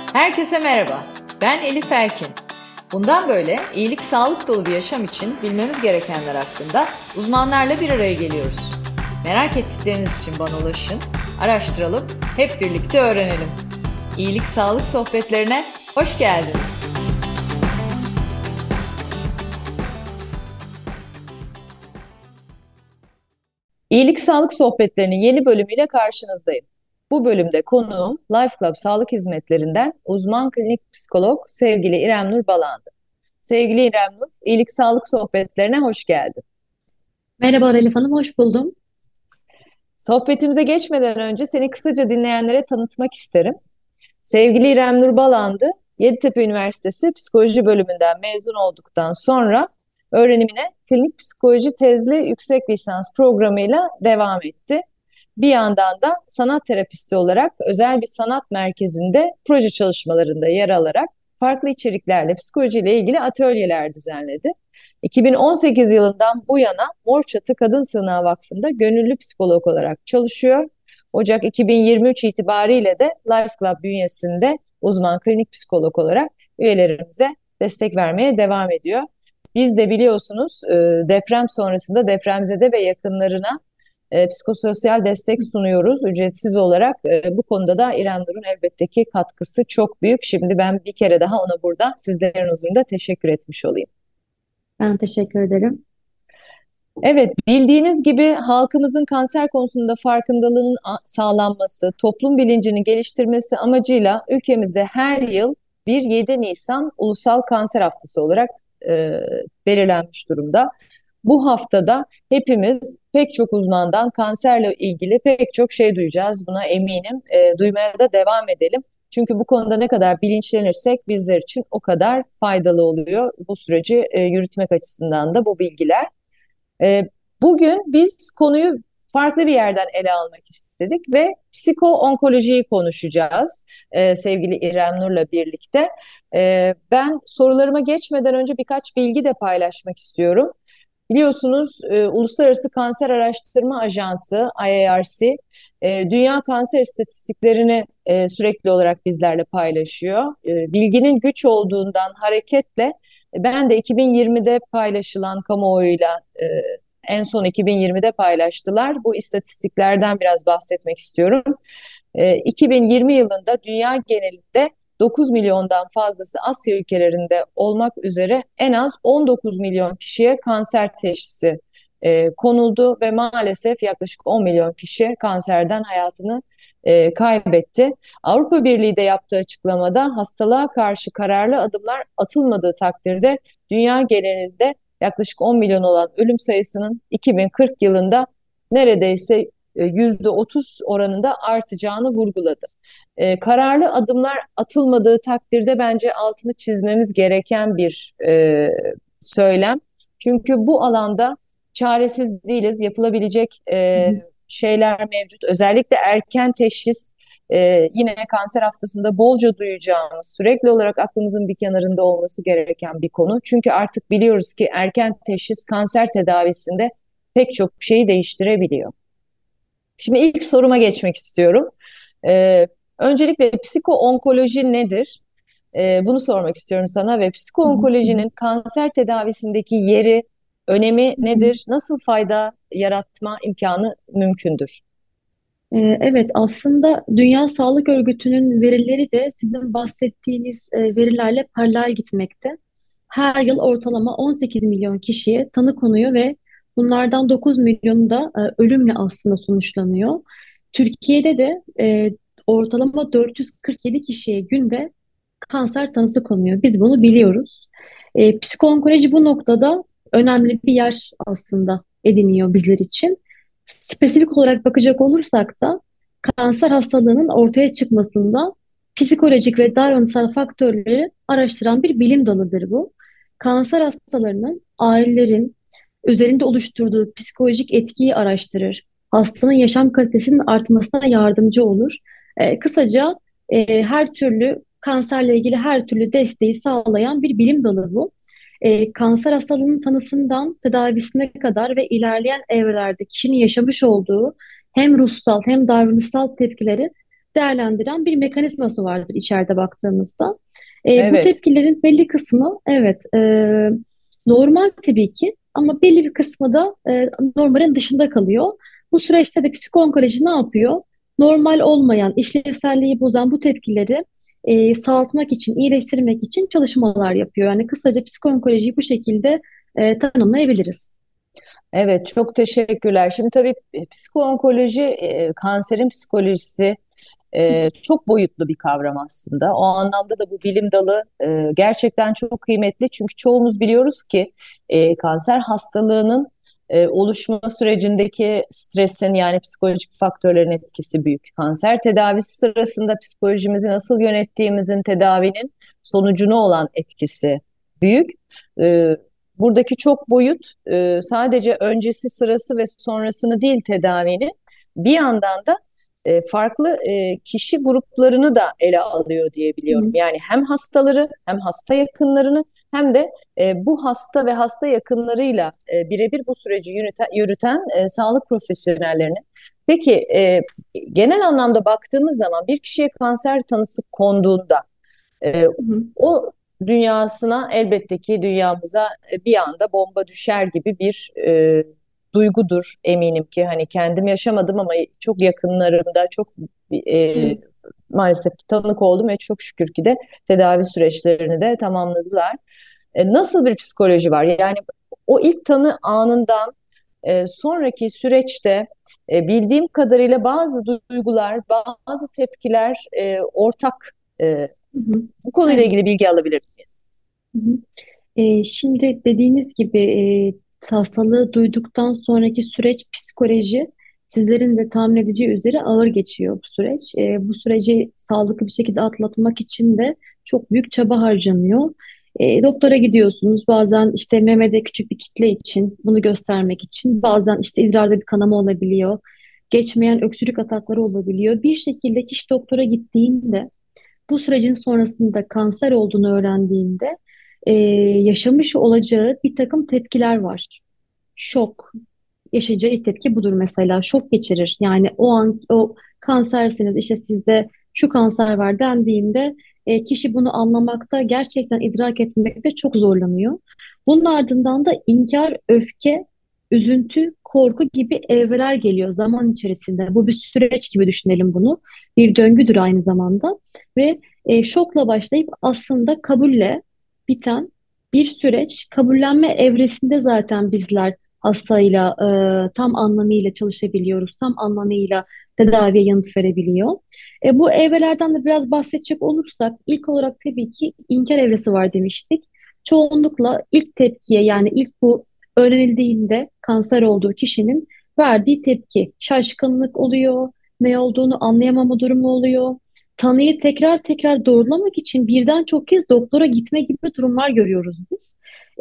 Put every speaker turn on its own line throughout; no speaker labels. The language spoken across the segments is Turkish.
Herkese merhaba. Ben Elif Erkin. Bundan böyle iyilik, sağlık dolu bir yaşam için bilmemiz gerekenler hakkında uzmanlarla bir araya geliyoruz. Merak ettikleriniz için bana ulaşın, araştıralım, hep birlikte öğrenelim. İyilik, sağlık sohbetlerine hoş geldiniz.
İyilik Sağlık Sohbetleri'nin yeni bölümüyle karşınızdayım. Bu bölümde konuğum Life Club Sağlık Hizmetlerinden uzman klinik psikolog sevgili İrem Nur Balandı. Sevgili İrem Nur, İyilik Sağlık Sohbetlerine hoş geldin.
Merhabalar Elif Hanım, hoş buldum.
Sohbetimize geçmeden önce seni kısaca dinleyenlere tanıtmak isterim. Sevgili İrem Nur Balandı, Yeditepe Üniversitesi Psikoloji bölümünden mezun olduktan sonra öğrenimine klinik psikoloji tezli yüksek lisans programıyla devam etti. Bir yandan da sanat terapisti olarak özel bir sanat merkezinde proje çalışmalarında yer alarak farklı içeriklerle psikolojiyle ilgili atölyeler düzenledi. 2018 yılından bu yana Mor Çatı Kadın Sığınağı Vakfı'nda gönüllü psikolog olarak çalışıyor. Ocak 2023 itibariyle de Life Club bünyesinde uzman klinik psikolog olarak üyelerimize destek vermeye devam ediyor. Biz de biliyorsunuz deprem sonrasında depremzede ve yakınlarına psikososyal destek sunuyoruz ücretsiz olarak. Bu konuda da İrem Nur'un elbette ki katkısı çok büyük. Şimdi ben bir kere daha ona burada sizlerin huzurunda teşekkür etmiş olayım.
Ben teşekkür ederim.
Evet, bildiğiniz gibi halkımızın kanser konusunda farkındalığının sağlanması, toplum bilincini geliştirmesi amacıyla ülkemizde her yıl 1-7 Nisan Ulusal Kanser Haftası olarak e, belirlenmiş durumda. Bu haftada hepimiz pek çok uzmandan kanserle ilgili pek çok şey duyacağız. Buna eminim. Duymaya da devam edelim. Çünkü bu konuda ne kadar bilinçlenirsek bizler için o kadar faydalı oluyor bu süreci yürütmek açısından da bu bilgiler. Ee, Bugün biz konuyu farklı bir yerden ele almak istedik ve psiko-onkolojiyi konuşacağız sevgili İrem Nur'la birlikte. Ben sorularıma geçmeden önce birkaç bilgi de paylaşmak istiyorum. Biliyorsunuz Uluslararası Kanser Araştırma Ajansı IARC dünya kanser istatistiklerini sürekli olarak bizlerle paylaşıyor. Bilginin güç olduğundan hareketle ben de 2020'de paylaşılan kamuoyuyla en son 2020'de paylaştılar. Bu istatistiklerden biraz bahsetmek istiyorum. 2020 yılında dünya genelinde 9 milyondan fazlası Asya ülkelerinde olmak üzere en az 19 milyon kişiye kanser teşhisi konuldu ve maalesef yaklaşık 10 milyon kişi kanserden hayatını kaybetti. Avrupa Birliği de yaptığı açıklamada hastalığa karşı kararlı adımlar atılmadığı takdirde dünya genelinde yaklaşık 10 milyon olan ölüm sayısının 2040 yılında neredeyse %30 oranında artacağını vurguladı. Kararlı adımlar atılmadığı takdirde bence altını çizmemiz gereken bir söylem. Çünkü bu alanda çaresiz değiliz. Yapılabilecek
Hı hı.
şeyler mevcut. Özellikle erken teşhis yine kanser haftasında bolca duyacağımız, sürekli olarak aklımızın bir kenarında olması gereken bir konu. Çünkü artık biliyoruz ki erken teşhis kanser tedavisinde pek çok şeyi değiştirebiliyor. Şimdi ilk soruma geçmek istiyorum. Öncelikle psiko-onkoloji nedir? Bunu sormak istiyorum sana ve
Hı hı. Hı hı.
psiko-onkolojinin kanser tedavisindeki yeri, önemi
Hı hı.
nedir? Nasıl fayda yaratma imkanı mümkündür?
Evet, aslında Dünya Sağlık Örgütü'nün verileri de sizin bahsettiğiniz verilerle paralel gitmekte. Her yıl ortalama 18 milyon kişiye tanı konuyor ve bunlardan 9 milyonu da ölümle aslında sonuçlanıyor. Türkiye'de de ortalama 447 kişiye günde kanser tanısı konuyor. Biz bunu biliyoruz. Psiko-onkoloji bu noktada önemli bir yer aslında ediniyor bizler için. Spesifik olarak bakacak olursak da kanser hastalığının ortaya çıkmasında psikolojik ve davranışsal faktörleri araştıran bir bilim dalıdır bu. Kanser hastalarının ailelerin üzerinde oluşturduğu psikolojik etkiyi araştırır. Hastanın yaşam kalitesinin artmasına yardımcı olur. Kısaca her türlü kanserle ilgili her türlü desteği sağlayan bir bilim dalı bu. Kanser hastalığının tanısından tedavisine kadar ve ilerleyen evrelerde kişinin yaşamış olduğu hem ruhsal hem davranışsal tepkileri değerlendiren bir mekanizması vardır içeride baktığımızda. Bu
Evet.
tepkilerin belli kısmı, evet, normal tabii ki, ama belli bir kısmı da normalin dışında kalıyor. Bu süreçte de psikoonkoloji ne yapıyor? Normal olmayan, işlevselliği bozan bu tepkileri sağaltmak için, iyileştirmek için çalışmalar yapıyor. Yani kısaca psikoonkolojiyi bu şekilde tanımlayabiliriz.
Evet, çok teşekkürler. Şimdi tabii psikoonkoloji, kanserin psikolojisi çok boyutlu bir kavram aslında. O anlamda da bu bilim dalı gerçekten çok kıymetli. Çünkü çoğumuz biliyoruz ki kanser hastalığının oluşma sürecindeki stresin, yani psikolojik faktörlerin etkisi büyük. Kanser tedavisi sırasında psikolojimizi nasıl yönettiğimizin tedavinin sonucuna olan etkisi büyük. E, Buradaki çok boyut sadece öncesi, sırası ve sonrasını değil tedavinin, bir yandan da farklı kişi gruplarını da ele alıyor diye biliyorum.
Hı
Yani hem hastaları, hem hasta yakınlarını, hem de bu hasta ve hasta yakınlarıyla birebir bu süreci yürüten sağlık profesyonellerini. Peki, genel anlamda baktığımız zaman bir kişiye kanser tanısı konduğunda e,
hı.
o dünyasına, elbette ki dünyamıza bir anda bomba düşer gibi bir duygudur eminim ki. Hani kendim yaşamadım ama çok yakınlarımda çok e,
Evet.
maalesef ki tanık oldum ve çok şükür ki de tedavi süreçlerini de tamamladılar. Nasıl bir psikoloji var? Yani o ilk tanı anından sonraki süreçte bildiğim kadarıyla bazı duygular, bazı tepkiler ortak. E,
Hı hı.
Bu konuyla
Evet.
ilgili bilgi alabilir miyiz?
Hı hı. Şimdi dediğiniz gibi hastalığı duyduktan sonraki süreç, psikoloji, sizlerin de tahmin edeceği üzere ağır geçiyor bu süreç. Bu süreci sağlıklı bir şekilde atlatmak için de çok büyük çaba harcanıyor. Doktora gidiyorsunuz, bazen işte memede küçük bir kitle için, bunu göstermek için, bazen işte idrarda bir kanama olabiliyor, geçmeyen öksürük atakları olabiliyor. Bir şekilde kişi doktora gittiğinde, bu sürecin sonrasında kanser olduğunu öğrendiğinde e, yaşamış olacağı bir takım tepkiler var. Şok, yaşayacağı ilk tepki budur mesela. Şok geçirir. Yani o an o kanserseniz, işte sizde şu kanser var dendiğinde kişi bunu anlamakta, gerçekten idrak etmekte çok zorlanıyor. Bunun ardından da inkar, öfke, üzüntü, korku gibi evreler geliyor zaman içerisinde. Bu bir süreç gibi düşünelim bunu. Bir döngüdür aynı zamanda ve şokla başlayıp aslında kabulle biten bir süreç. Kabullenme evresinde zaten bizler hastayla tam anlamıyla çalışabiliyoruz. Tam anlamıyla tedaviye yanıt verebiliyor. Bu evrelerden de biraz bahsedecek olursak, ilk olarak tabii ki inkar evresi var demiştik. Çoğunlukla ilk tepkiye, yani ilk bu öğrenildiğinde kanser olduğu kişinin verdiği tepki şaşkınlık oluyor, ne olduğunu anlayamama durumu oluyor. Tanıyı tekrar tekrar doğrulamak için birden çok kez doktora gitme gibi durumlar görüyoruz biz.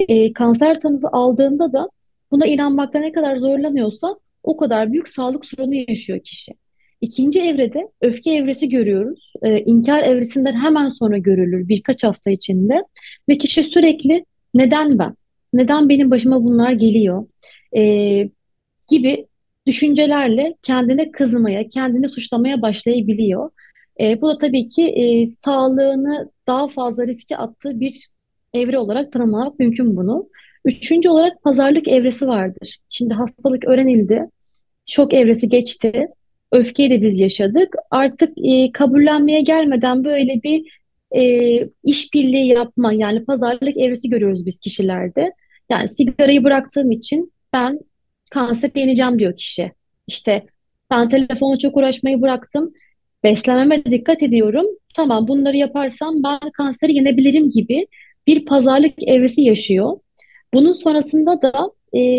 Kanser tanısı aldığında da buna inanmakta ne kadar zorlanıyorsa o kadar büyük sağlık sorunu yaşıyor kişi. İkinci evrede öfke evresi görüyoruz. İnkar evresinden hemen sonra görülür birkaç hafta içinde ve kişi sürekli neden ben? Neden benim başıma bunlar geliyor? Ee, gibi düşüncelerle kendine kızmaya, kendini suçlamaya başlayabiliyor. Bu da tabii ki sağlığını daha fazla riske attığı bir evre olarak tanımlamak mümkün bunu. Üçüncü olarak pazarlık evresi vardır. Şimdi hastalık öğrenildi, şok evresi geçti, öfkeyi de biz yaşadık. Artık kabullenmeye gelmeden böyle bir işbirliği yapma, yani pazarlık evresi görüyoruz biz kişilerde. Yani sigarayı bıraktığım için ben kanseri yeneceğim diyor kişi. İşte ben telefonla çok uğraşmayı bıraktım, beslenmeme dikkat ediyorum. Tamam, bunları yaparsam ben kanseri yenebilirim gibi bir pazarlık evresi yaşıyor. Bunun sonrasında da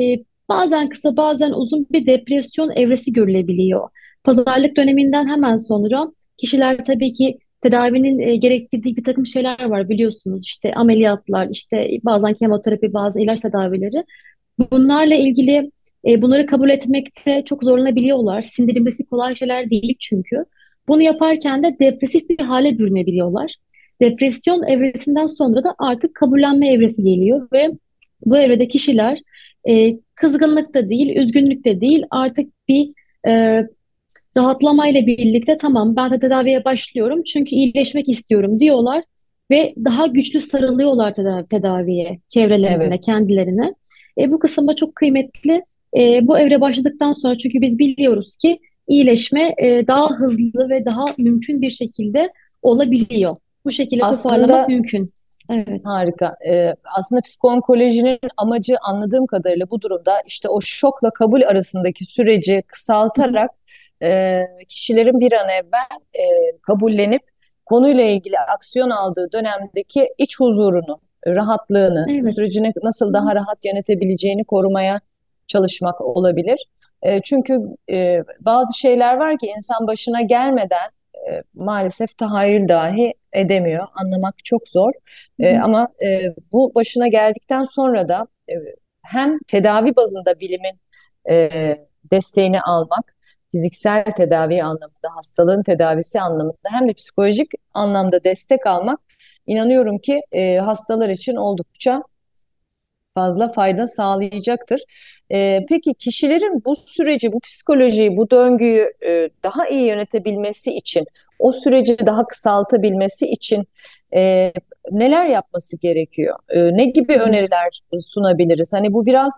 bazen kısa bazen uzun bir depresyon evresi görülebiliyor. Pazarlık döneminden hemen sonra kişiler tabii ki tedavinin gerektirdiği bir takım şeyler var, biliyorsunuz. İşte ameliyatlar, işte bazen kemoterapi, bazen ilaç tedavileri. Bunlarla ilgili bunları kabul etmekte çok zorlanabiliyorlar. Sindirilmesi kolay şeyler değil çünkü. Bunu yaparken de depresif bir hale bürünebiliyorlar. Depresyon evresinden sonra da artık kabullenme evresi geliyor ve bu evrede kişiler kızgınlık da değil, üzgünlük de değil, artık bir e, rahatlamayla birlikte tamam ben de tedaviye başlıyorum çünkü iyileşmek istiyorum diyorlar ve daha güçlü sarılıyorlar tedaviye, çevrelerine,
Evet.
kendilerine. Bu kısımda çok kıymetli. Bu evre başladıktan sonra çünkü biz biliyoruz ki iyileşme daha hızlı ve daha mümkün bir şekilde olabiliyor. Bu şekilde toparlamak
Aslında
mümkün. Evet.
harika. Aslında psikonkolojinin amacı anladığım kadarıyla bu durumda işte o şokla kabul arasındaki süreci
Hı hı.
kısaltarak kişilerin bir an evvel kabullenip konuyla ilgili aksiyon aldığı dönemdeki iç huzurunu, rahatlığını, bu
Evet.
sürecini nasıl
Hı
daha
hı.
rahat yönetebileceğini korumaya çalışmak olabilir. Çünkü bazı şeyler var ki insan başına gelmeden maalesef tahayyül dahi edemiyor. Anlamak çok zor.
Hı hı.
Ama bu başına geldikten sonra da hem tedavi bazında bilimin e, desteğini almak, fiziksel tedavi anlamında, hastalığın tedavisi anlamında hem de psikolojik anlamda destek almak inanıyorum ki hastalar için oldukça fazla fayda sağlayacaktır. Peki kişilerin bu süreci, bu psikolojiyi, bu döngüyü daha iyi yönetebilmesi için, o süreci daha kısaltabilmesi için e, neler yapması gerekiyor? Ne gibi
Hı hı.
öneriler sunabiliriz? Hani bu biraz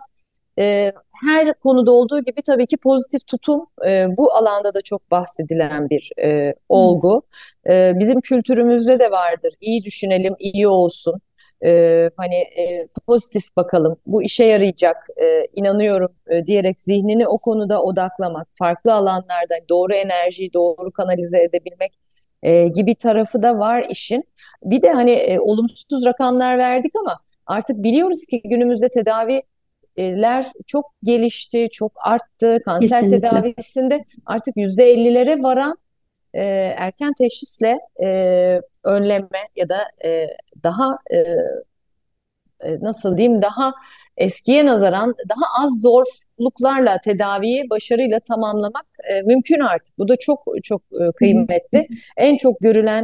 her konuda olduğu gibi tabii ki pozitif tutum bu alanda da çok bahsedilen bir
Evet.
olgu. Bizim kültürümüzde de vardır. İyi düşünelim, iyi olsun. Hani pozitif bakalım, bu işe yarayacak, inanıyorum diyerek zihnini o konuda odaklamak, farklı alanlarda doğru enerjiyi doğru kanalize edebilmek gibi tarafı da var işin. Bir de hani olumsuz rakamlar verdik ama artık biliyoruz ki günümüzde tedaviler çok gelişti, çok arttı. Kanser
Kesinlikle.
tedavisinde artık %50'lere varan e, erken teşhisle önleme ya da daha nasıl diyeyim daha eskiye nazaran daha az zorluklarla tedaviyi başarıyla tamamlamak mümkün artık. Bu da çok çok
Hı hı. Hı
kıymetli. En çok görülen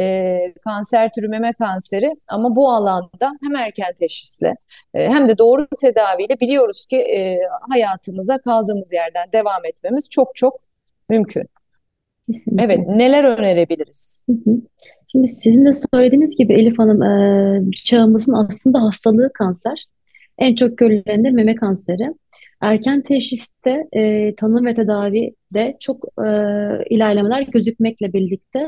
kanser türü meme kanseri ama bu alanda hem erken teşhisle hem de doğru tedaviyle biliyoruz ki hayatımıza kaldığımız yerden devam etmemiz çok çok mümkün. Evet,
Kesinlikle.
neler önerebiliriz?
Hı hı. Şimdi sizin de söylediğiniz gibi Elif Hanım, çağımızın aslında hastalığı kanser. En çok görülen de meme kanseri. Erken teşhiste, tanı ve tedavide çok ilerlemeler gözükmekle birlikte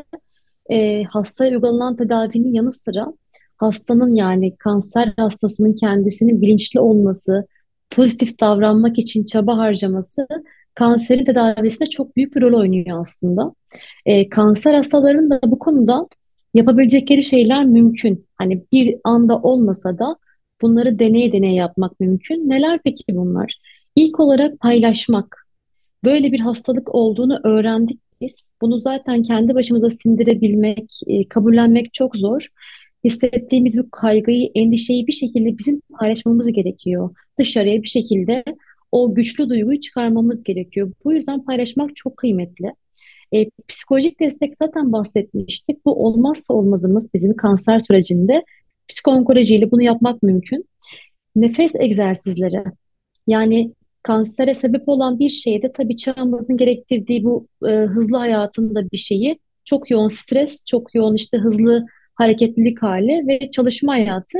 hastaya uygulanan tedavinin yanı sıra hastanın yani kanser hastasının kendisinin bilinçli olması, pozitif davranmak için çaba harcaması kanserin tedavisinde çok büyük bir rol oynuyor aslında. Kanser hastalarının da bu konuda yapabilecekleri şeyler mümkün. Hani bir anda olmasa da bunları deneye deneye yapmak mümkün. Neler peki bunlar? İlk olarak paylaşmak. Böyle bir hastalık olduğunu öğrendik biz. Bunu zaten kendi başımıza sindirebilmek, kabullenmek çok zor. Hissettiğimiz bu kaygıyı, endişeyi bir şekilde bizim paylaşmamız gerekiyor. Dışarıya bir şekilde o güçlü duyguyu çıkarmamız gerekiyor. Bu yüzden paylaşmak çok kıymetli. Psikolojik destek zaten bahsetmiştik. Bu olmazsa olmazımız bizim kanser sürecinde. Psikonkolojiyle bunu yapmak mümkün. Nefes egzersizleri. Yani kansere sebep olan bir şeyde tabii çağımızın gerektirdiği bu hızlı hayatında bir şeyi çok yoğun stres, çok yoğun işte hızlı hareketlilik hali ve çalışma hayatı.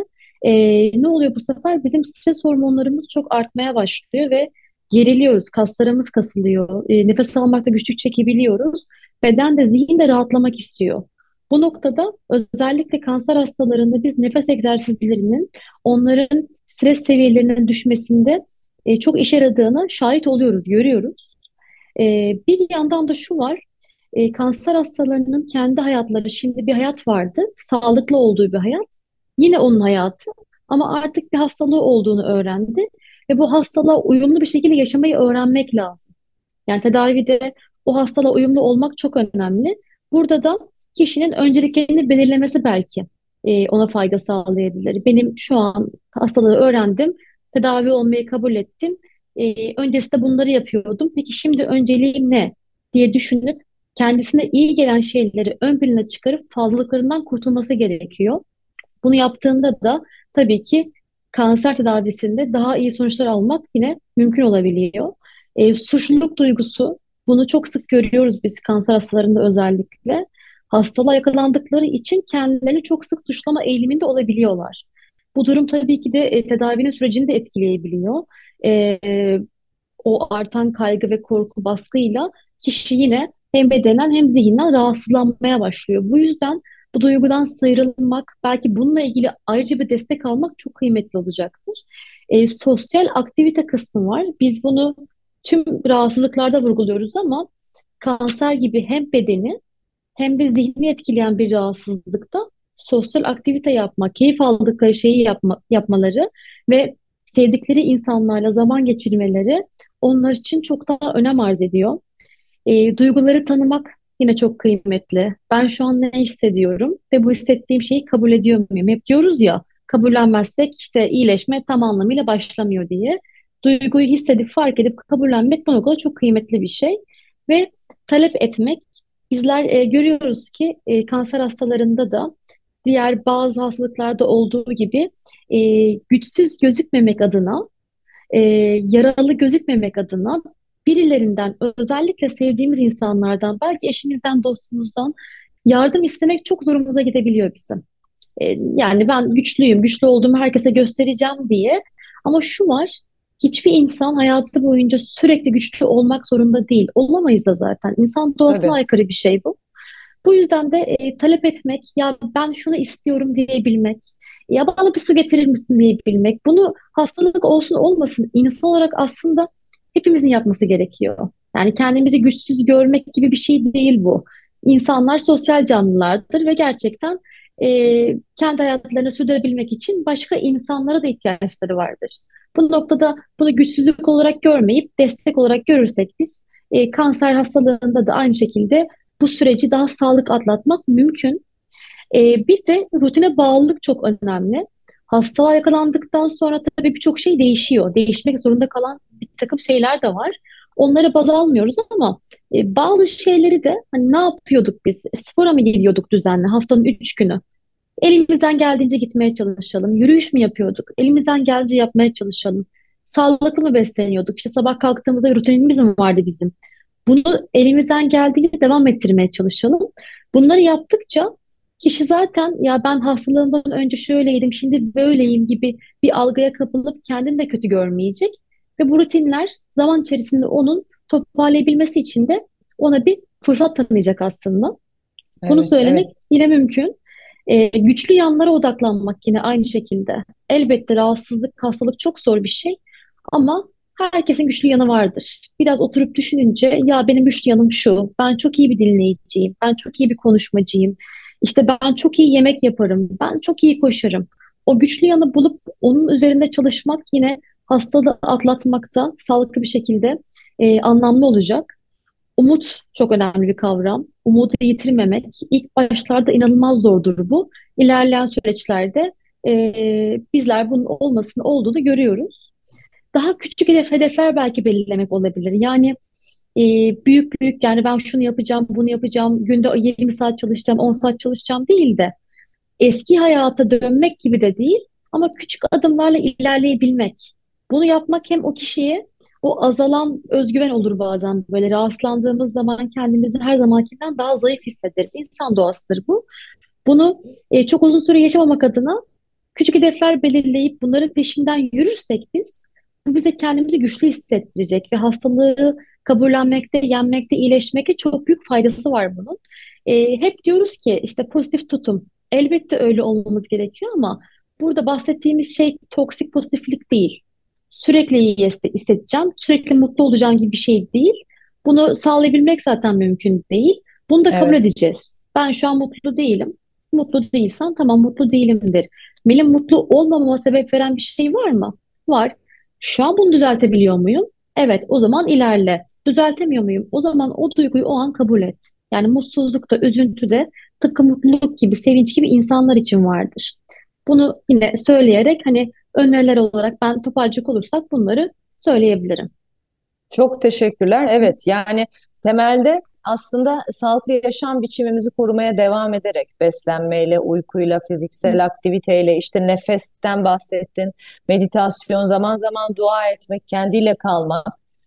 Ne oluyor bu sefer? Bizim stres hormonlarımız çok artmaya başlıyor ve geriliyoruz. Kaslarımız kasılıyor. Nefes almakta güçlük çekebiliyoruz. Beden de zihin de rahatlamak istiyor. Bu noktada özellikle kanser hastalarında biz nefes egzersizlerinin onların stres seviyelerinin düşmesinde çok işe yaradığına şahit oluyoruz, görüyoruz. Bir yandan da şu var, kanser hastalarının kendi hayatları, şimdi bir hayat vardı, sağlıklı olduğu bir hayat, yine onun hayatı ama artık bir hastalığı olduğunu öğrendi ve bu hastalığa uyumlu bir şekilde yaşamayı öğrenmek lazım. Yani tedavide o hastalığa uyumlu olmak çok önemli. Burada da kişinin önceliklerini belirlemesi belki ona fayda sağlayabilir. Benim şu an hastalığı öğrendim, tedavi olmayı kabul ettim. Öncesinde bunları yapıyordum. Peki şimdi önceliğim ne diye düşünüp kendisine iyi gelen şeyleri ön plana çıkarıp fazlalıklarından kurtulması gerekiyor. Bunu yaptığında da tabii ki kanser tedavisinde daha iyi sonuçlar almak yine mümkün olabiliyor. Suçluluk duygusu. Bunu çok sık görüyoruz biz kanser hastalarında özellikle. Hastalığa yakalandıkları için kendilerini çok sık suçlama eğiliminde olabiliyorlar. Bu durum tabii ki de tedavinin sürecini de etkileyebiliyor. E, O artan kaygı ve korku baskıyla kişi yine hem bedenen hem zihnen rahatsızlanmaya başlıyor. Bu yüzden bu duygudan sıyrılmak, belki bununla ilgili ayrıca bir destek almak çok kıymetli olacaktır. Sosyal aktivite kısmı var. Biz bunu tüm rahatsızlıklarda vurguluyoruz ama kanser gibi hem bedeni hem de zihni etkileyen bir rahatsızlıkta sosyal aktivite yapmak, keyif aldıkları şeyi yapmaları ve sevdikleri insanlarla zaman geçirmeleri onlar için çok daha önem arz ediyor. Duyguları tanımak yine çok kıymetli. Ben şu an ne hissediyorum ve bu hissettiğim şeyi kabul ediyor muyum? Hep diyoruz ya, kabullenmezsek işte iyileşme tam anlamıyla başlamıyor diye. Duyguyu hissedip fark edip kabullenmek bu noktada çok kıymetli bir şey. Ve talep etmek. Bizler görüyoruz ki kanser hastalarında da diğer bazı hastalıklarda olduğu gibi güçsüz gözükmemek adına e, yaralı gözükmemek adına birilerinden, özellikle sevdiğimiz insanlardan, belki eşimizden, dostumuzdan yardım istemek çok zorumuza gidebiliyor bizim. Yani ben güçlüyüm, güçlü olduğumu herkese göstereceğim diye. Ama şu var, hiçbir insan hayatı boyunca sürekli güçlü olmak zorunda değil. Olamayız da zaten. İnsan doğasına
Tabii.
aykırı bir şey bu. Bu yüzden de talep etmek, ya ben şunu istiyorum diyebilmek, ya bana bir su getirir misin diyebilmek, bunu hastalık olsun olmasın insan olarak aslında hepimizin yapması gerekiyor. Yani kendimizi güçsüz görmek gibi bir şey değil bu. İnsanlar sosyal canlılardır ve gerçekten kendi hayatlarını sürdürebilmek için başka insanlara da ihtiyaçları vardır. Bu noktada bunu güçsüzlük olarak görmeyip destek olarak görürsek biz kanser hastalığında da aynı şekilde bu süreci daha sağlıklı atlatmak mümkün. Bir de rutine bağlılık çok önemli. Hastalığa yakalandıktan sonra tabii birçok şey değişiyor. Değişmek zorunda kalan bir takım şeyler de var. Onları baz almıyoruz ama bazı şeyleri de hani ne yapıyorduk biz? Spora mı gidiyorduk düzenli haftanın 3 günü? Elimizden geldiğince gitmeye çalışalım. Yürüyüş mü yapıyorduk? Elimizden geldiğince yapmaya çalışalım. Sağlıklı mı besleniyorduk? İşte sabah kalktığımızda rutinimiz mi vardı bizim? Bunu elimizden geldiğince devam ettirmeye çalışalım. Bunları yaptıkça kişi zaten ya ben hastalığımdan önce şöyleydim, şimdi böyleyim gibi bir algıya kapılıp kendini de kötü görmeyecek. Ve bu rutinler zaman içerisinde onun toparlayabilmesi için de ona bir fırsat tanıyacak aslında. Bunu
Evet, evet.
söylemek yine mümkün. Güçlü yanlara odaklanmak yine aynı şekilde. Elbette rahatsızlık, hastalık çok zor bir şey ama herkesin güçlü yanı vardır. Biraz oturup düşününce ya benim güçlü yanım şu, ben çok iyi bir dinleyiciyim, ben çok iyi bir konuşmacıyım, işte ben çok iyi yemek yaparım, ben çok iyi koşarım. O güçlü yanı bulup onun üzerinde çalışmak yine hastalığı atlatmakta sağlıklı bir şekilde anlamlı olacak. Umut çok önemli bir kavram. Umudu yitirmemek. İlk başlarda inanılmaz zordur bu. İlerleyen süreçlerde bizler bunun olmasını olduğunu görüyoruz. Daha küçük hedefler belki belirlemek olabilir. Yani e, büyük büyük yani ben şunu yapacağım, bunu yapacağım, günde 20 saat çalışacağım, 10 saat çalışacağım değil de eski hayata dönmek gibi de değil ama küçük adımlarla ilerleyebilmek. Bunu yapmak hem o kişiye o azalan özgüven olur bazen böyle rahatsızlandığımız zaman kendimizi her zamankinden daha zayıf hissederiz. İnsan doğasıdır bu. Bunu çok uzun süre yaşamamak adına küçük hedefler belirleyip bunların peşinden yürürsek biz bu bize kendimizi güçlü hissettirecek ve hastalığı kabullenmekte, yenmekte, iyileşmekte çok büyük faydası var bunun. Hep diyoruz ki işte pozitif tutum. Elbette öyle olmamız gerekiyor ama burada bahsettiğimiz şey toksik pozitiflik değil. Sürekli iyi hissedeceğim, sürekli mutlu olacağım gibi bir şey değil. Bunu sağlayabilmek zaten mümkün değil. Bunu da kabul
Evet.
edeceğiz. Ben şu an mutlu değilim. Mutlu değilsem tamam mutlu değilimdir. Benim mutlu olmamama sebep veren bir şey var mı? Var. Şu an bunu düzeltebiliyor muyum? Evet, o zaman ilerle. Düzeltemiyor muyum? O zaman o duyguyu o an kabul et. Yani mutsuzluk da, üzüntü de tıpkı mutluluk gibi, sevinç gibi insanlar için vardır. Bunu yine söyleyerek hani öneriler olarak ben toparlayacak olursak bunları söyleyebilirim.
Çok teşekkürler. Evet, yani temelde aslında sağlıklı yaşam biçimimizi korumaya devam ederek beslenmeyle, uykuyla, fiziksel aktiviteyle, işte nefesten bahsettin, meditasyon, zaman zaman dua etmek, kendiyle kalmak.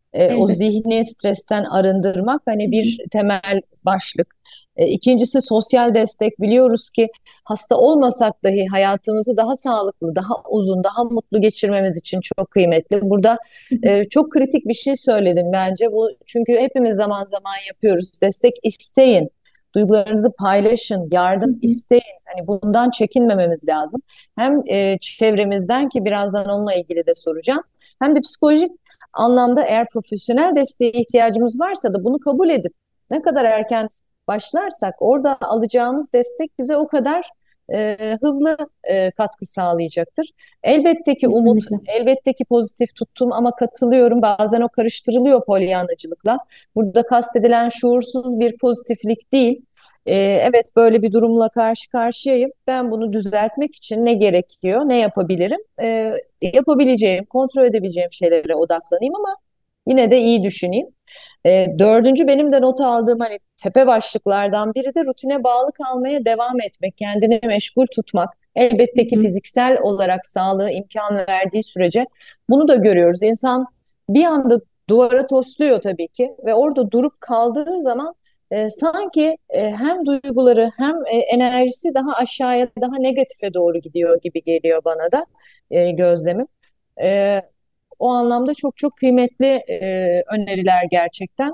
O
Elbette.
zihni stresten arındırmak
Hı
hani
hı.
bir temel başlık. İkincisi sosyal destek. Biliyoruz ki hasta olmasak dahi hayatımızı daha sağlıklı, daha uzun, daha mutlu geçirmemiz için çok kıymetli. Burada
Hı hı.
çok kritik bir şey söyledin bence. Bu çünkü hepimiz zaman zaman yapıyoruz. Destek isteyin. Duygularınızı paylaşın,
Hı
yardım
hı.
isteyin. Hani bundan çekinmememiz lazım. Hem çevremizden ki birazdan onunla ilgili de soracağım. Hem de psikolojik anlamda eğer profesyonel desteğe ihtiyacımız varsa da bunu kabul edip ne kadar erken başlarsak orada alacağımız destek bize o kadar hızlı katkı sağlayacaktır. Elbette ki umut,
Kesinlikle.
elbette ki pozitif tuttum ama katılıyorum bazen o karıştırılıyor polyanacılıkla. Burada kastedilen şuursuz bir pozitiflik değil. Evet böyle bir durumla karşı karşıyayım. Ben bunu düzeltmek için ne gerekiyor, ne yapabilirim? Yapabileceğim, kontrol edebileceğim şeylere odaklanayım ama yine de iyi düşüneyim. Dördüncü benim de not aldığım hani tepe başlıklardan biri de rutine bağlı kalmaya devam etmek, kendini meşgul tutmak.
Hı
Elbette ki
hı.
fiziksel olarak sağlığı imkan verdiği sürece bunu da görüyoruz. İnsan bir anda duvara tosluyor tabii ki ve orada durup kaldığı zaman sanki hem duyguları hem enerjisi daha aşağıya, daha negatife doğru gidiyor gibi geliyor bana da gözlemim. E, O anlamda çok çok kıymetli öneriler gerçekten.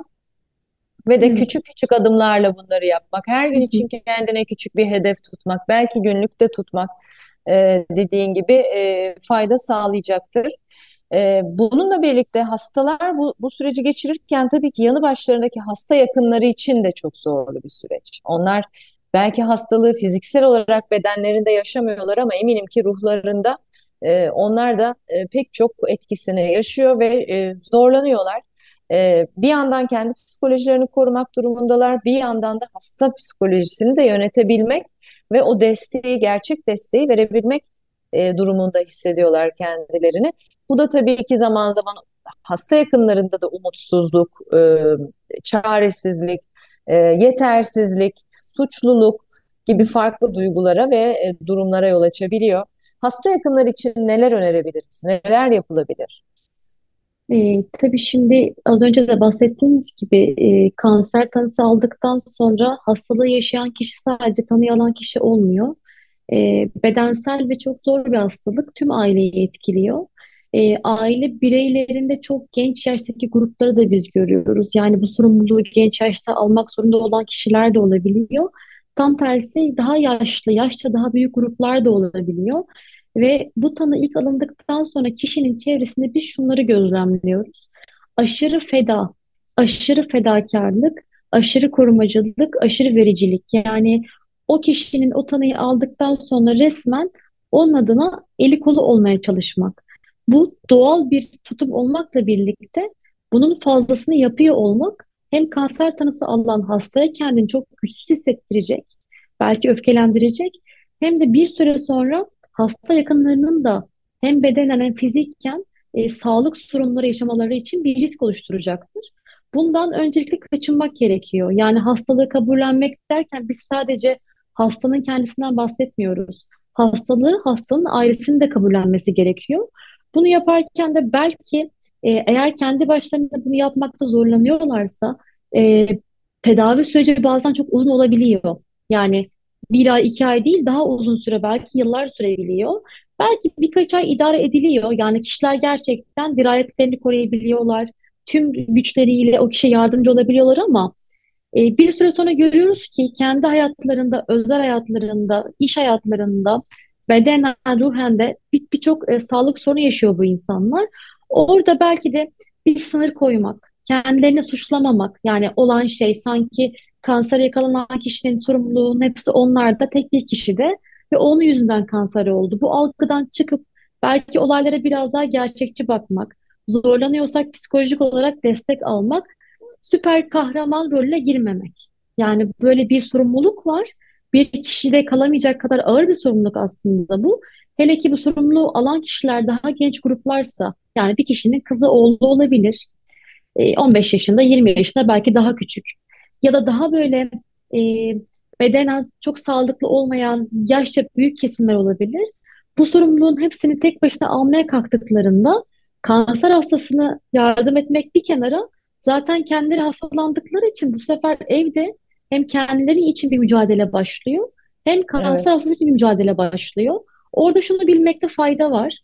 Ve de
Evet.
küçük küçük adımlarla bunları yapmak. Her
Hı
gün
hı.
için kendine küçük bir hedef tutmak. Belki günlükte tutmak dediğin gibi fayda sağlayacaktır. Bununla birlikte hastalar bu süreci geçirirken tabii ki yanı başlarındaki hasta yakınları için de çok zorlu bir süreç. Onlar belki hastalığı fiziksel olarak bedenlerinde yaşamıyorlar ama eminim ki ruhlarında onlar da pek çok etkisini yaşıyor ve zorlanıyorlar. Bir yandan kendi psikolojilerini korumak durumundalar, bir yandan da hasta psikolojisini de yönetebilmek ve o desteği, gerçek desteği verebilmek durumunda hissediyorlar kendilerini. Bu da tabii ki zaman zaman hasta yakınlarında da umutsuzluk, çaresizlik, yetersizlik, suçluluk gibi farklı duygulara ve durumlara yol açabiliyor. Hasta yakınlar için neler önerebiliriz? Neler yapılabilir?
Tabii şimdi az önce de bahsettiğimiz gibi kanser tanısı aldıktan sonra hastalığı yaşayan kişi sadece tanıyı alan kişi olmuyor. Bedensel ve çok zor bir hastalık tüm aileyi etkiliyor. Aile bireylerinde çok genç yaştaki grupları da biz görüyoruz. Yani bu sorumluluğu genç yaşta almak zorunda olan kişiler de olabiliyor. Tam tersi daha yaşlı, yaşça daha büyük gruplar da olabiliyor. Ve bu tanı ilk alındıktan sonra kişinin çevresinde biz şunları gözlemliyoruz. Aşırı feda, aşırı fedakarlık, aşırı korumacılık, aşırı vericilik. Yani o kişinin o tanıyı aldıktan sonra resmen onun adına eli kolu olmaya çalışmak. Bu doğal bir tutum olmakla birlikte bunun fazlasını yapıyor olmak hem kanser tanısı alan hastaya kendini çok güçsüz hissettirecek, belki öfkelendirecek, hem de bir süre sonra hasta yakınlarının da hem bedenen hem fizikken sağlık sorunları yaşamaları için bir risk oluşturacaktır. Bundan öncelikle kaçınmak gerekiyor. Yani hastalığı kabullenmek derken biz sadece hastanın kendisinden bahsetmiyoruz. Hastalığı hastanın ailesinin de kabullenmesi gerekiyor. Bunu yaparken de belki eğer kendi başlarında bunu yapmakta zorlanıyorlarsa e, tedavi süreci bazen çok uzun olabiliyor. Yani bir ay, iki ay değil daha uzun süre belki yıllar sürebiliyor. Belki birkaç ay idare ediliyor. Yani kişiler gerçekten dirayetlerini koruyabiliyorlar. Tüm güçleriyle o kişiye yardımcı olabiliyorlar ama bir süre sonra görüyoruz ki kendi hayatlarında, özel hayatlarında, iş hayatlarında, bedenen, ruhen de birçok sağlık sorunu yaşıyor bu insanlar. Orada belki de bir sınır koymak, kendilerini suçlamamak, yani olan şey sanki kanser yakalanan kişinin sorumluluğunun hepsi onlarda, tek bir kişide ve onun yüzünden kanser oldu. Bu algıdan çıkıp belki olaylara biraz daha gerçekçi bakmak, zorlanıyorsak psikolojik olarak destek almak, süper kahraman rolüne girmemek. Yani böyle bir sorumluluk var. Bir kişide kalamayacak kadar ağır bir sorumluluk aslında bu. Hele ki bu sorumluluğu alan kişiler daha genç gruplarsa, yani bir kişinin kızı oğlu olabilir. 15 yaşında, 20 yaşında belki daha küçük. Ya da daha böyle e, bedenen çok sağlıklı olmayan yaşça büyük kesimler olabilir. Bu sorumluluğun hepsini tek başına almaya kalktıklarında Kanser hastasına yardım etmek bir kenara, zaten kendileri hastalandıkları için bu sefer evde hem kendileri için bir mücadele başlıyor, hem kanser
Evet,
hastası için bir mücadele başlıyor. Orada şunu bilmekte fayda var.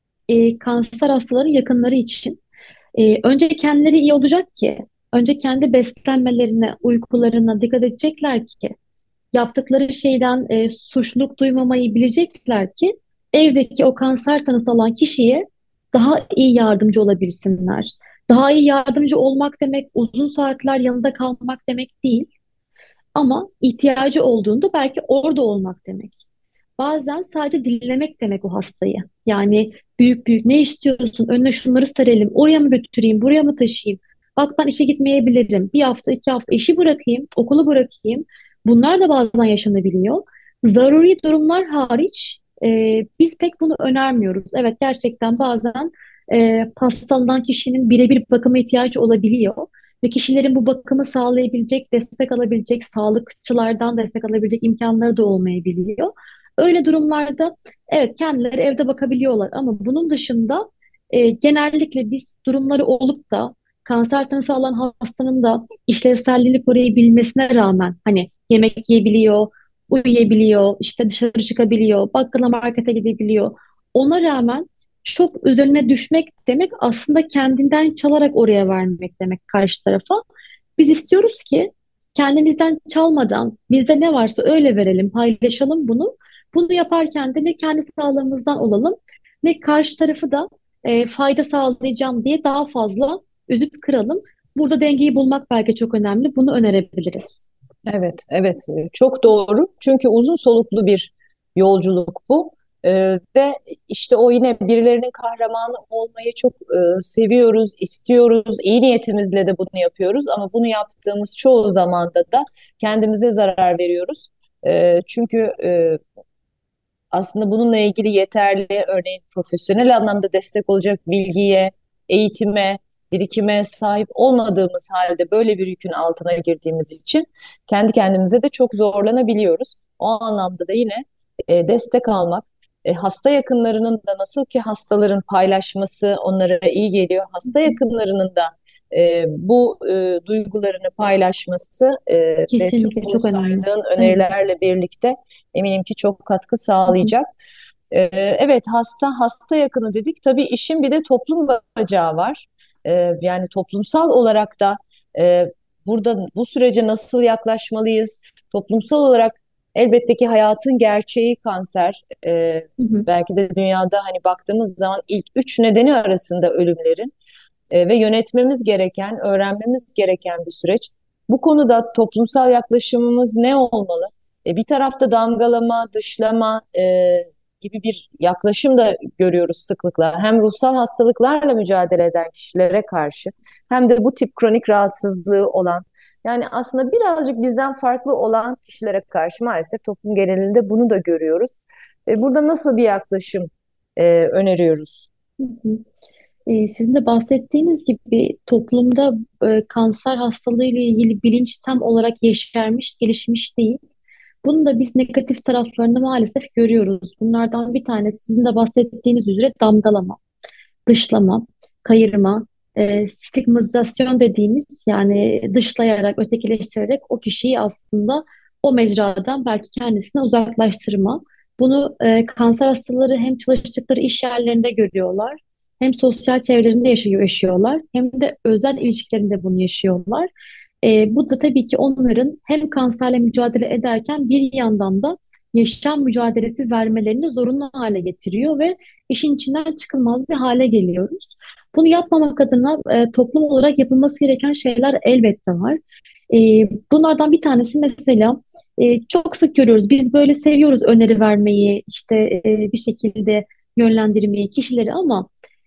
Kanser hastaların yakınları için. Önce kendileri iyi olacak ki, önce kendi beslenmelerine, uykularına dikkat edecekler ki, yaptıkları şeyden suçluluk duymamayı bilecekler ki, evdeki o kanser tanısı olan kişiye daha iyi yardımcı olabilsinler. Daha iyi yardımcı olmak demek uzun saatler yanında kalmak demek değil, ama ihtiyacı olduğunda belki orada olmak demek. Bazen sadece dinlemek demek o hastayı. Yani büyük büyük ne istiyorsun? Önüne şunları serelim. Oraya mı götüreyim? Buraya mı taşıyayım? Bak ben işe gitmeyebilirim. Bir hafta, 2 hafta işi bırakayım, okulu bırakayım. Bunlar da bazen yaşanabiliyor. Zaruri durumlar hariç biz pek bunu önermiyoruz. Evet, gerçekten bazen hastalanan kişinin birebir bakıma ihtiyacı olabiliyor. Ve kişilerin bu bakımı sağlayabilecek, destek alabilecek, sağlıkçılardan destek alabilecek imkanları da olmayabiliyor. Öyle durumlarda evet, kendileri evde bakabiliyorlar, ama bunun dışında genellikle biz durumları olup da kanser tanısı alan hastanın da işlevselliğini koruyabilmesine rağmen, hani yemek yiyebiliyor, uyuyabiliyor, işte dışarı çıkabiliyor, bakkala markete gidebiliyor. Ona rağmen çok üzerine düşmek demek aslında kendinden çalarak oraya vermek demek karşı tarafa. Biz istiyoruz ki kendimizden çalmadan bizde ne varsa öyle verelim, paylaşalım bunu. Bunu yaparken de ne kendi sağlığımızdan olalım, ne karşı tarafı da fayda sağlayacağım diye daha fazla üzüp kıralım. Burada dengeyi bulmak belki çok önemli. Bunu önerebiliriz.
evet, evet. Çok doğru. Çünkü uzun soluklu bir yolculuk bu. Ve işte o yine birilerinin kahramanı olmayı çok seviyoruz, istiyoruz. İyi niyetimizle de bunu yapıyoruz. Ama bunu yaptığımız çoğu zamanda da kendimize zarar veriyoruz. Çünkü aslında bununla ilgili yeterli, örneğin profesyonel anlamda destek olacak bilgiye, eğitime, birikime sahip olmadığımız halde böyle bir yükün altına girdiğimiz için kendi kendimize de çok zorlanabiliyoruz. O anlamda da yine destek almak, hasta yakınlarının da nasıl ki hastaların paylaşması onlara iyi geliyor, hasta yakınlarının da bu duygularını paylaşması ve tüm
Kesinlikle
bu
çok önemli.
saydığın
Evet.
önerilerle birlikte eminim ki çok katkı sağlayacak. Evet, hasta yakını dedik. Tabii işin bir de toplum bacağı var. Yani toplumsal olarak da e, burada bu sürece nasıl yaklaşmalıyız? Toplumsal olarak elbette ki hayatın gerçeği kanser.
Hı hı.
Belki de dünyada hani baktığımız zaman ilk 3 nedeni arasında ölümlerin ve yönetmemiz gereken, öğrenmemiz gereken bir süreç. Bu konuda toplumsal yaklaşımımız ne olmalı? Bir tarafta damgalama, dışlama gibi bir yaklaşım da görüyoruz sıklıkla. Hem ruhsal hastalıklarla mücadele eden kişilere karşı hem de bu tip kronik rahatsızlığı olan yani aslında birazcık bizden farklı olan kişilere karşı maalesef toplum genelinde bunu da görüyoruz. Burada nasıl bir yaklaşım öneriyoruz?
Hı hı. Sizin de bahsettiğiniz gibi toplumda kanser hastalığı ile ilgili bilinç tam olarak yeşermiş, gelişmiş değil. Bunun da biz negatif taraflarını maalesef görüyoruz. Bunlardan bir tanesi sizin de bahsettiğiniz üzere damgalama, dışlama, kayırma, stigmatizasyon dediğimiz, yani dışlayarak, ötekileştirerek o kişiyi aslında o mecradan belki kendisine uzaklaştırma. Bunu kanser hastaları hem çalıştıkları iş yerlerinde görüyorlar, hem sosyal çevrelerinde yaşıyorlar, hem de özel ilişkilerinde bunu yaşıyorlar. Bu da tabii ki onların hem kanserle mücadele ederken bir yandan da yaşam mücadelesi vermelerini zorunlu hale getiriyor ve işin içinden çıkılmaz bir hale geliyoruz. Bunu yapmamak adına toplum olarak yapılması gereken şeyler elbette var. Bunlardan bir tanesi mesela, çok sık görüyoruz. Biz böyle seviyoruz öneri vermeyi, işte bir şekilde yönlendirmeyi kişileri, ama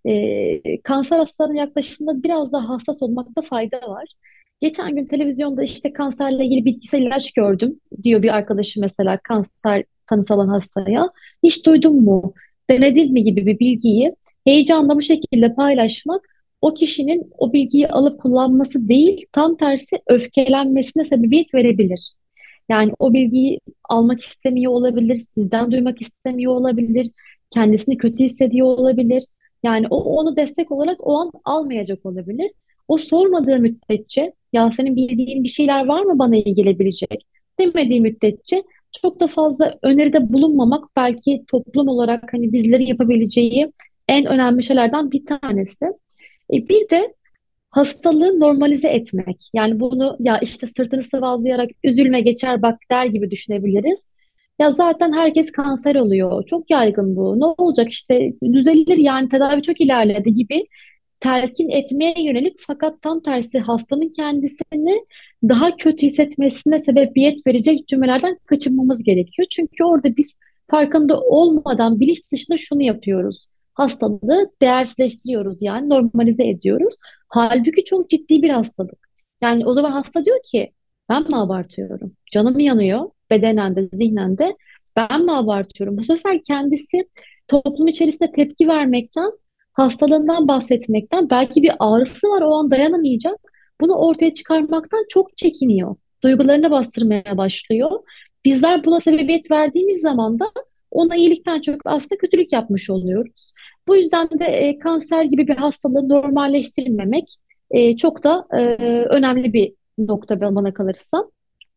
kanser hastalarının yaklaşımında biraz daha hassas olmakta fayda var. Geçen gün televizyonda işte kanserle ilgili bitkisel ilaç gördüm diyor bir arkadaşı, mesela kanser tanısı alan hastaya. Hiç duydun mu? Denedin mi gibi bir bilgiyi heyecanla bu şekilde paylaşmak, o kişinin o bilgiyi alıp kullanması değil, tam tersi öfkelenmesine sebebiyet verebilir. Yani o bilgiyi almak istemiyor olabilir, sizden duymak istemiyor olabilir, kendisini kötü hissediyor olabilir. Yani o onu destek olarak o an almayacak olabilir. O sormadığı müddetçe ya senin bildiğin bir şeyler var mı bana iyi gelebilecek demediği müddetçe çok da fazla öneride bulunmamak belki toplum olarak hani bizlerin yapabileceği en önemli şeylerden bir tanesi. Bir de hastalığı normalize etmek. Yani bunu ya işte sırtını sıvazlayarak üzülme geçer bak der gibi düşünebiliriz. Ya zaten herkes kanser oluyor. Çok yaygın bu. Ne olacak işte düzelir yani tedavi çok ilerledi gibi telkin etmeye yönelik fakat tam tersi hastanın kendisini daha kötü hissetmesine sebebiyet verecek cümlelerden kaçınmamız gerekiyor. Çünkü orada biz farkında olmadan bilinç dışında şunu yapıyoruz. Hastalığı değersizleştiriyoruz yani normalize ediyoruz. Halbuki çok ciddi bir hastalık. Yani o zaman hasta diyor ki ben mi abartıyorum? Canım yanıyor bedenen de zihnen de ben mi abartıyorum? Bu sefer kendisi toplum içerisinde tepki vermekten hastalığından bahsetmekten belki bir ağrısı var o an dayanamayacak. Bunu ortaya çıkarmaktan çok çekiniyor. Duygularını bastırmaya başlıyor. Bizler buna sebebiyet verdiğimiz zaman da ona iyilikten çok aslında kötülük yapmış oluyoruz. Bu yüzden de kanser gibi bir hastalığı normalleştirilmemek çok da önemli bir nokta bana kalırsa.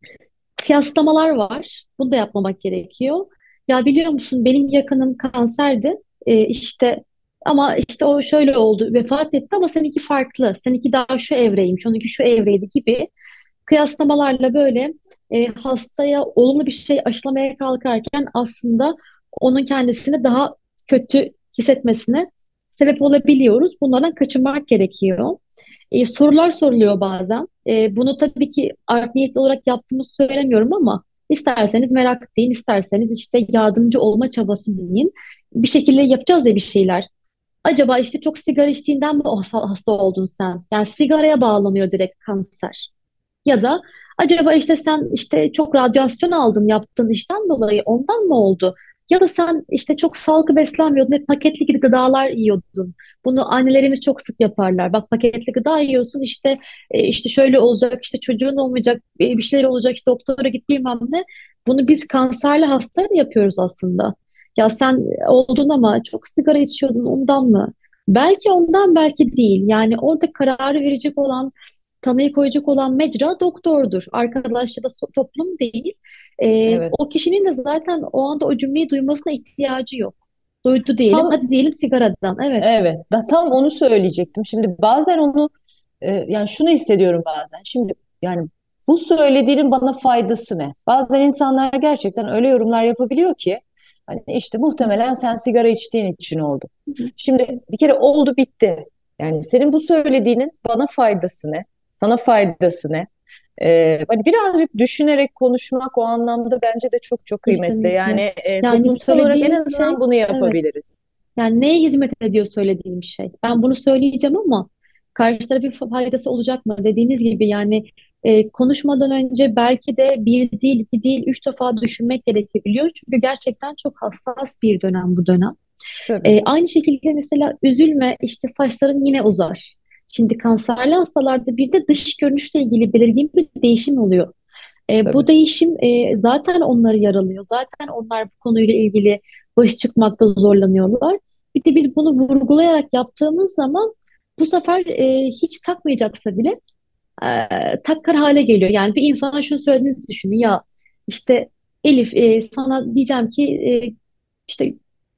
Kıyaslamalar var. Bunu da yapmamak gerekiyor. Ya biliyor musun benim yakınım kanserdi. İşte ama işte o şöyle oldu, vefat etti ama seninki farklı. Seninki daha şu evreymiş, onunki şu evreydi gibi kıyaslamalarla böyle hastaya olumlu bir şey aşılamaya kalkarken aslında onun kendisini daha kötü hissetmesine sebep olabiliyoruz. Bunlardan kaçınmak gerekiyor. Sorular soruluyor bazen. Bunu tabii ki art niyetli olarak yaptığımızı söylemiyorum ama isterseniz merak deyin, isterseniz işte yardımcı olma çabası deyin. Bir şekilde yapacağız ya bir şeyler. Acaba işte çok sigara içtiğinden mi hasta oldun sen? Yani sigaraya bağlanıyor direkt kanser. Ya da acaba işte sen işte çok radyasyon aldın yaptığın işten dolayı ondan mı oldu? Ya da sen işte çok sağlıklı beslenmiyordun, hep paketli gıdalar yiyordun. Bunu annelerimiz çok sık yaparlar. Bak paketli gıda yiyorsun işte işte şöyle olacak, işte çocuğun olmayacak, bir şeyler olacak, işte doktora git bilmem ne. Bunu biz kanserli hastaya da yapıyoruz aslında. Ya sen oldun ama çok sigara içiyordun ondan mı? Belki ondan belki değil. Yani orada kararı verecek olan tanıyı koyacak olan mecra doktordur. Arkadaş ya da toplum değil.
Evet.
O kişinin de zaten o anda o cümleyi duymasına ihtiyacı yok. Duydu diyelim.
Tam
Hadi diyelim sigaradan. Evet.
evet. Tam onu söyleyecektim. Şimdi bazen onu yani şunu hissediyorum bazen. Şimdi yani bu söylediğinin bana faydası ne? Bazen insanlar gerçekten öyle yorumlar yapabiliyor ki hani işte muhtemelen sen sigara içtiğin için oldu. Şimdi bir kere oldu bitti. Yani senin bu söylediğinin bana faydası ne? Sana faydası ne? Hani birazcık düşünerek konuşmak o anlamda bence de çok çok kıymetli. Yani
Kesinlikle. Yani
toplumsal olarak en
söylediğimiz şey,
azından bunu
evet.
yapabiliriz.
Yani neye hizmet ediyor söylediğim şey? Ben bunu söyleyeceğim ama karşı tarafa bir faydası olacak mı? Dediğiniz gibi yani konuşmadan önce belki de bir değil, iki değil, üç defa düşünmek gerekebiliyor. Çünkü gerçekten çok hassas bir dönem bu dönem.
Tabii,
Aynı şekilde mesela üzülme işte saçların yine uzar. Şimdi kanserli hastalarda bir de dış görünüşle ilgili belirgin bir değişim oluyor.
tabii.
Bu değişim zaten onları yaralıyor. Zaten onlar bu konuyla ilgili baş çıkmakta zorlanıyorlar. Bir de biz bunu vurgulayarak yaptığımız zaman bu sefer hiç takmayacaksa bile takar hale geliyor. Yani bir insana şunu söylediğinizi düşünün ya işte Elif sana diyeceğim ki işte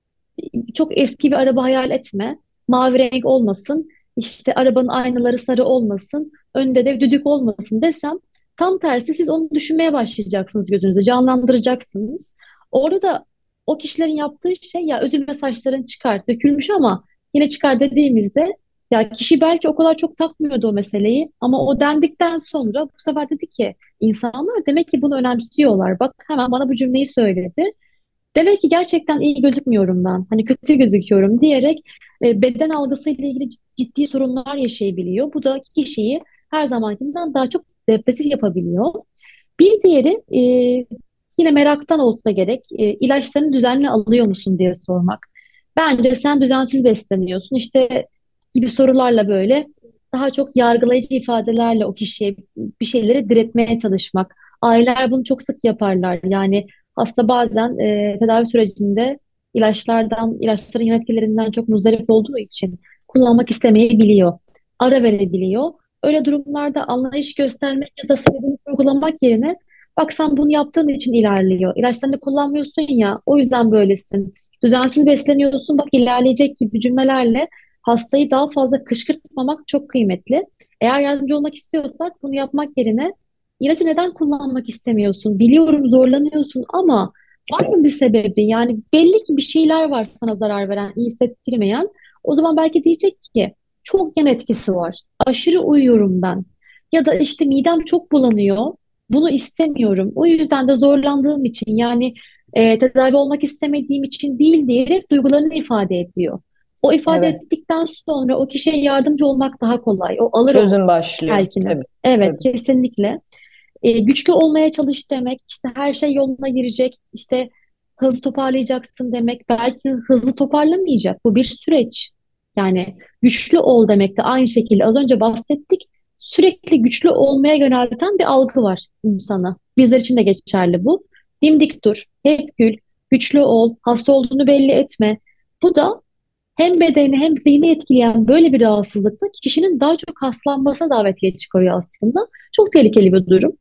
çok eski bir araba hayal etme. Mavi renk olmasın. İşte arabanın aynaları sarı olmasın. Önde de düdük olmasın desem tam tersi siz onu düşünmeye başlayacaksınız gözünüzde. Canlandıracaksınız. Orada da o kişilerin yaptığı şey ya üzülme saçların çıkar. Dökülmüş ama yine çıkar dediğimizde ya kişi belki o kadar çok takmıyordu o meseleyi ama o dendikten sonra bu sefer dedi ki insanlar demek ki bunu önemsiyorlar. Bak hemen bana bu cümleyi söyledi. Demek ki gerçekten iyi gözükmüyorum ben. Hani kötü gözüküyorum diyerek beden algısıyla ilgili ciddi sorunlar yaşayabiliyor. Bu da kişiyi her zamankinden daha çok depresif yapabiliyor. Bir diğeri yine meraktan olsa gerek ilaçlarını düzenli alıyor musun diye sormak. Bence sen düzensiz besleniyorsun işte gibi sorularla böyle daha çok yargılayıcı ifadelerle o kişiye bir şeyleri diretmeye çalışmak. Aileler bunu çok sık yaparlar. Yani hasta bazen tedavi sürecinde ilaçların yan etkilerinden çok muzdarip olduğu için kullanmak istemeyebiliyor. Ara verebiliyor. Öyle durumlarda anlayış göstermek ya da sebebini sorgulamak yerine bak sen bunu yaptığın için ilerliyor. İlaçlarını kullanmıyorsun ya, o yüzden böylesin. Düzensiz besleniyorsun, bak ilerleyecek gibi cümlelerle hastayı daha fazla kışkırtmamak çok kıymetli. Eğer yardımcı olmak istiyorsak bunu yapmak yerine ilacı neden kullanmak istemiyorsun? Biliyorum zorlanıyorsun ama var mı bir sebebi? Yani belli ki bir şeyler var sana zarar veren, iyi hissettirmeyen. O zaman belki diyecek ki çok yan etkisi var. Aşırı uyuyorum ben. Ya da işte midem çok bulanıyor. Bunu istemiyorum. O yüzden de zorlandığım için yani tedavi olmak istemediğim için değil diyerek duygularını ifade ediyor. O ifade
Evet,
ettikten sonra o kişiye yardımcı olmak daha kolay. O alır o
çözüm başlıyor.
telkini.
Tabii,
Evet,
tabii.
kesinlikle. Güçlü olmaya çalış demek, işte her şey yoluna girecek, işte hızlı toparlayacaksın demek, belki hızlı toparlamayacak. Bu bir süreç. Yani güçlü ol demek de aynı şekilde az önce bahsettik. Sürekli güçlü olmaya yönelten bir algı var insana. Bizler için de geçerli bu. Dimdik dur, hep gül, güçlü ol, hasta olduğunu belli etme. Bu da hem bedeni hem zihni etkileyen böyle bir rahatsızlıkta kişinin daha çok hastalanmasına davetiye çıkarıyor aslında. Çok tehlikeli bir durum.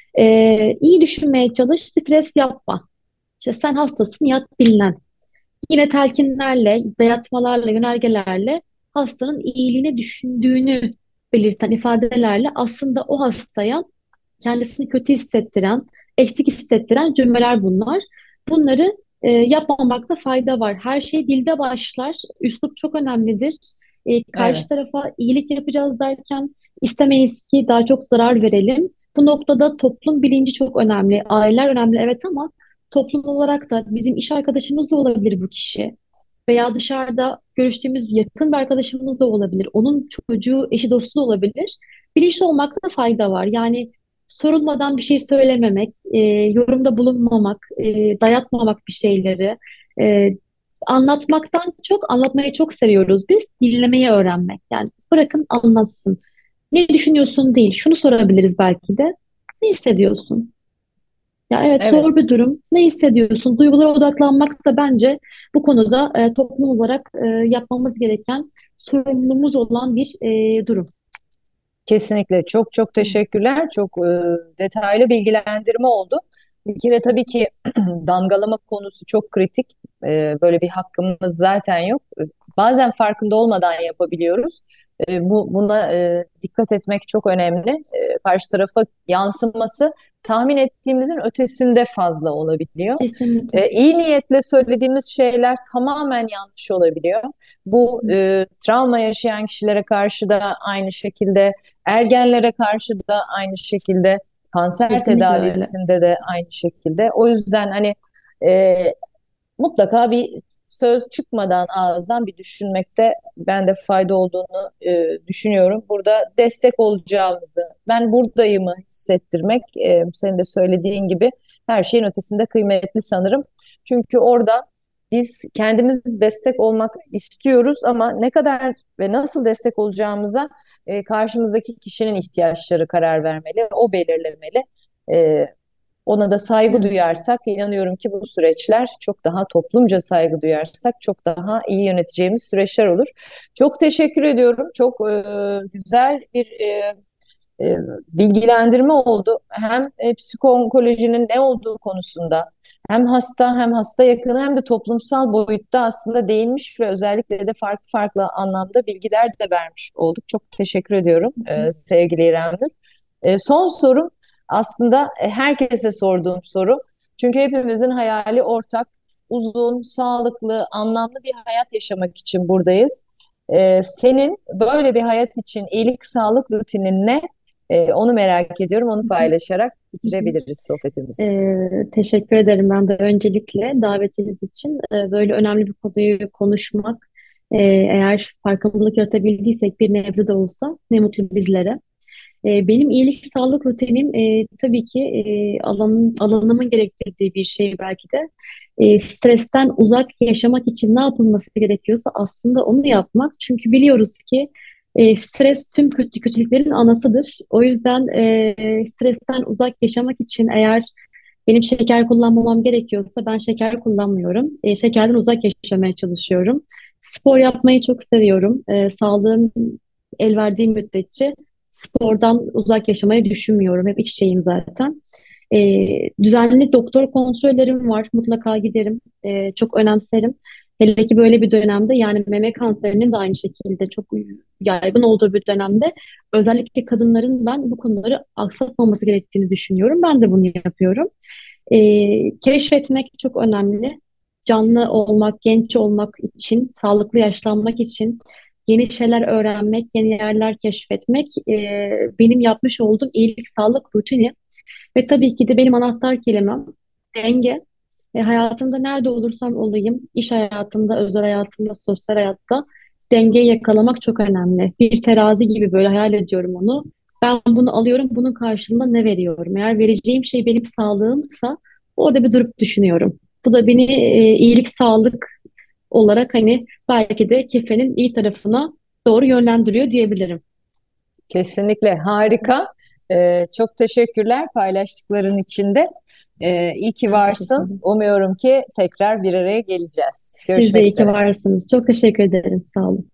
İyi düşünmeye çalış, stres yapma. İşte sen hastasın, yat dinlen. Yine telkinlerle, dayatmalarla, yönergelerle hastanın iyiliğini düşündüğünü belirten ifadelerle aslında o hastaya kendisini kötü hissettiren, eksik hissettiren cümleler bunlar. Bunları yapmamakta fayda var. Her şey dilde başlar. Üslup çok önemlidir. Karşı
Evet.
tarafa iyilik yapacağız derken istemeyiz ki daha çok zarar verelim. Bu noktada toplum bilinci çok önemli. Aileler önemli evet ama toplum olarak da bizim iş arkadaşımız da olabilir bu kişi. Veya dışarıda görüştüğümüz yakın bir arkadaşımız da olabilir. Onun çocuğu, eşi, dostu da olabilir. Bilinçli olmakta fayda var. Yani sorulmadan bir şey söylememek, yorumda bulunmamak, dayatmamak bir şeyleri, e, anlatmaktan çok anlatmayı çok seviyoruz biz. Dinlemeyi öğrenmek. Yani bırakın anlatsın. Ne düşünüyorsun değil. Şunu sorabiliriz belki de. Ne hissediyorsun? Ya evet
Evet.
zor bir durum. Ne hissediyorsun? Duygulara odaklanmaksa bence bu konuda toplum olarak yapmamız gereken sorumluluğumuz olan bir durum.
Kesinlikle çok çok
Hı.
teşekkürler. Çok detaylı bilgilendirme oldu. Bir kere tabii ki damgalama konusu çok kritik. Böyle bir hakkımız zaten yok. Bazen farkında olmadan yapabiliyoruz. Buna dikkat etmek çok önemli. Karşı tarafa yansıması tahmin ettiğimizin ötesinde fazla olabiliyor.
Kesinlikle.
İyi niyetle söylediğimiz şeyler tamamen yanlış olabiliyor. Bu travma yaşayan kişilere karşı da aynı şekilde, ergenlere karşı da aynı şekilde, kanser
Kesinlikle öyle.
tedavisinde de aynı şekilde. O yüzden hani e, mutlaka bir söz çıkmadan ağızdan bir düşünmekte ben de fayda olduğunu düşünüyorum. Burada destek olacağımızı, ben buradayımı hissettirmek, senin de söylediğin gibi her şeyin ötesinde kıymetli sanırım. Çünkü orada biz kendimiz destek olmak istiyoruz ama ne kadar ve nasıl destek olacağımıza karşımızdaki kişinin ihtiyaçları karar vermeli, o belirlemeli. E, Ona da saygı
Evet.
duyarsak inanıyorum ki bu süreçler çok daha toplumca saygı duyarsak çok daha iyi yöneteceğimiz süreçler olur. Çok teşekkür ediyorum. Çok güzel bir bilgilendirme oldu. Hem psikoonkolojinin ne olduğu konusunda hem hasta hem hasta yakını hem de toplumsal boyutta aslında değinmiş ve özellikle de farklı farklı anlamda bilgiler de vermiş olduk. Çok teşekkür ediyorum sevgili İrem'dir. Son sorum aslında herkese sorduğum soru. Çünkü hepimizin hayali ortak, uzun, sağlıklı, anlamlı bir hayat yaşamak için buradayız. Senin böyle bir hayat için iyilik sağlık rutinin ne? Onu merak ediyorum. Onu paylaşarak
Hı hı.
bitirebiliriz sohbetimizi.
Teşekkür ederim ben de öncelikle davetiniz için. Böyle önemli bir konuyu konuşmak, eğer farkındalık yaratabildiysek bir nebze de olsa ne mutlu bizlere. Benim iyilik sağlık rutinim tabii ki alanımın gerektirdiği bir şey belki de. Stresten uzak yaşamak için ne yapılması gerekiyorsa aslında onu yapmak. Çünkü biliyoruz ki stres tüm kötülüklerin anasıdır. O yüzden stresten uzak yaşamak için eğer Benim şeker kullanmamam gerekiyorsa ben şeker kullanmıyorum. Şekerden uzak yaşamaya çalışıyorum. Spor yapmayı çok seviyorum. Sağlığım el verdiği müddetçe spordan uzak yaşamayı düşünmüyorum. Hep iç içeyim zaten. Düzenli doktor kontrollerim var. Mutlaka giderim. Çok önemserim. Hele ki böyle bir dönemde, yani meme kanserinin de aynı şekilde çok yaygın olduğu bir dönemde, özellikle kadınların ben bu konuları aksatmaması gerektiğini düşünüyorum. Ben de bunu yapıyorum. Keşfetmek çok önemli. Canlı olmak, genç olmak için, sağlıklı yaşlanmak için yeni şeyler öğrenmek, yeni yerler keşfetmek benim yapmış olduğum iyilik sağlık rutini. Ve tabii ki de benim anahtar kelimem denge. Hayatımda nerede olursam olayım, iş hayatımda, özel hayatımda, sosyal hayatta dengeyi yakalamak çok önemli. Bir terazi gibi böyle hayal ediyorum onu. Ben bunu alıyorum, bunun karşılığında ne veriyorum? Eğer vereceğim şey benim sağlığımsa orada bir durup düşünüyorum. Bu da beni iyilik, sağlık olarak hani belki de kefenin iyi tarafına doğru yönlendiriyor diyebilirim.
Kesinlikle harika. Çok teşekkürler paylaştıkların için de. İyi ki
Ben teşekkür
varsın.
ederim.
Umuyorum ki tekrar bir araya geleceğiz.
Siz de
Görüşmek
iyi ki
üzere.
varsınız. Çok teşekkür ederim. Sağ olun.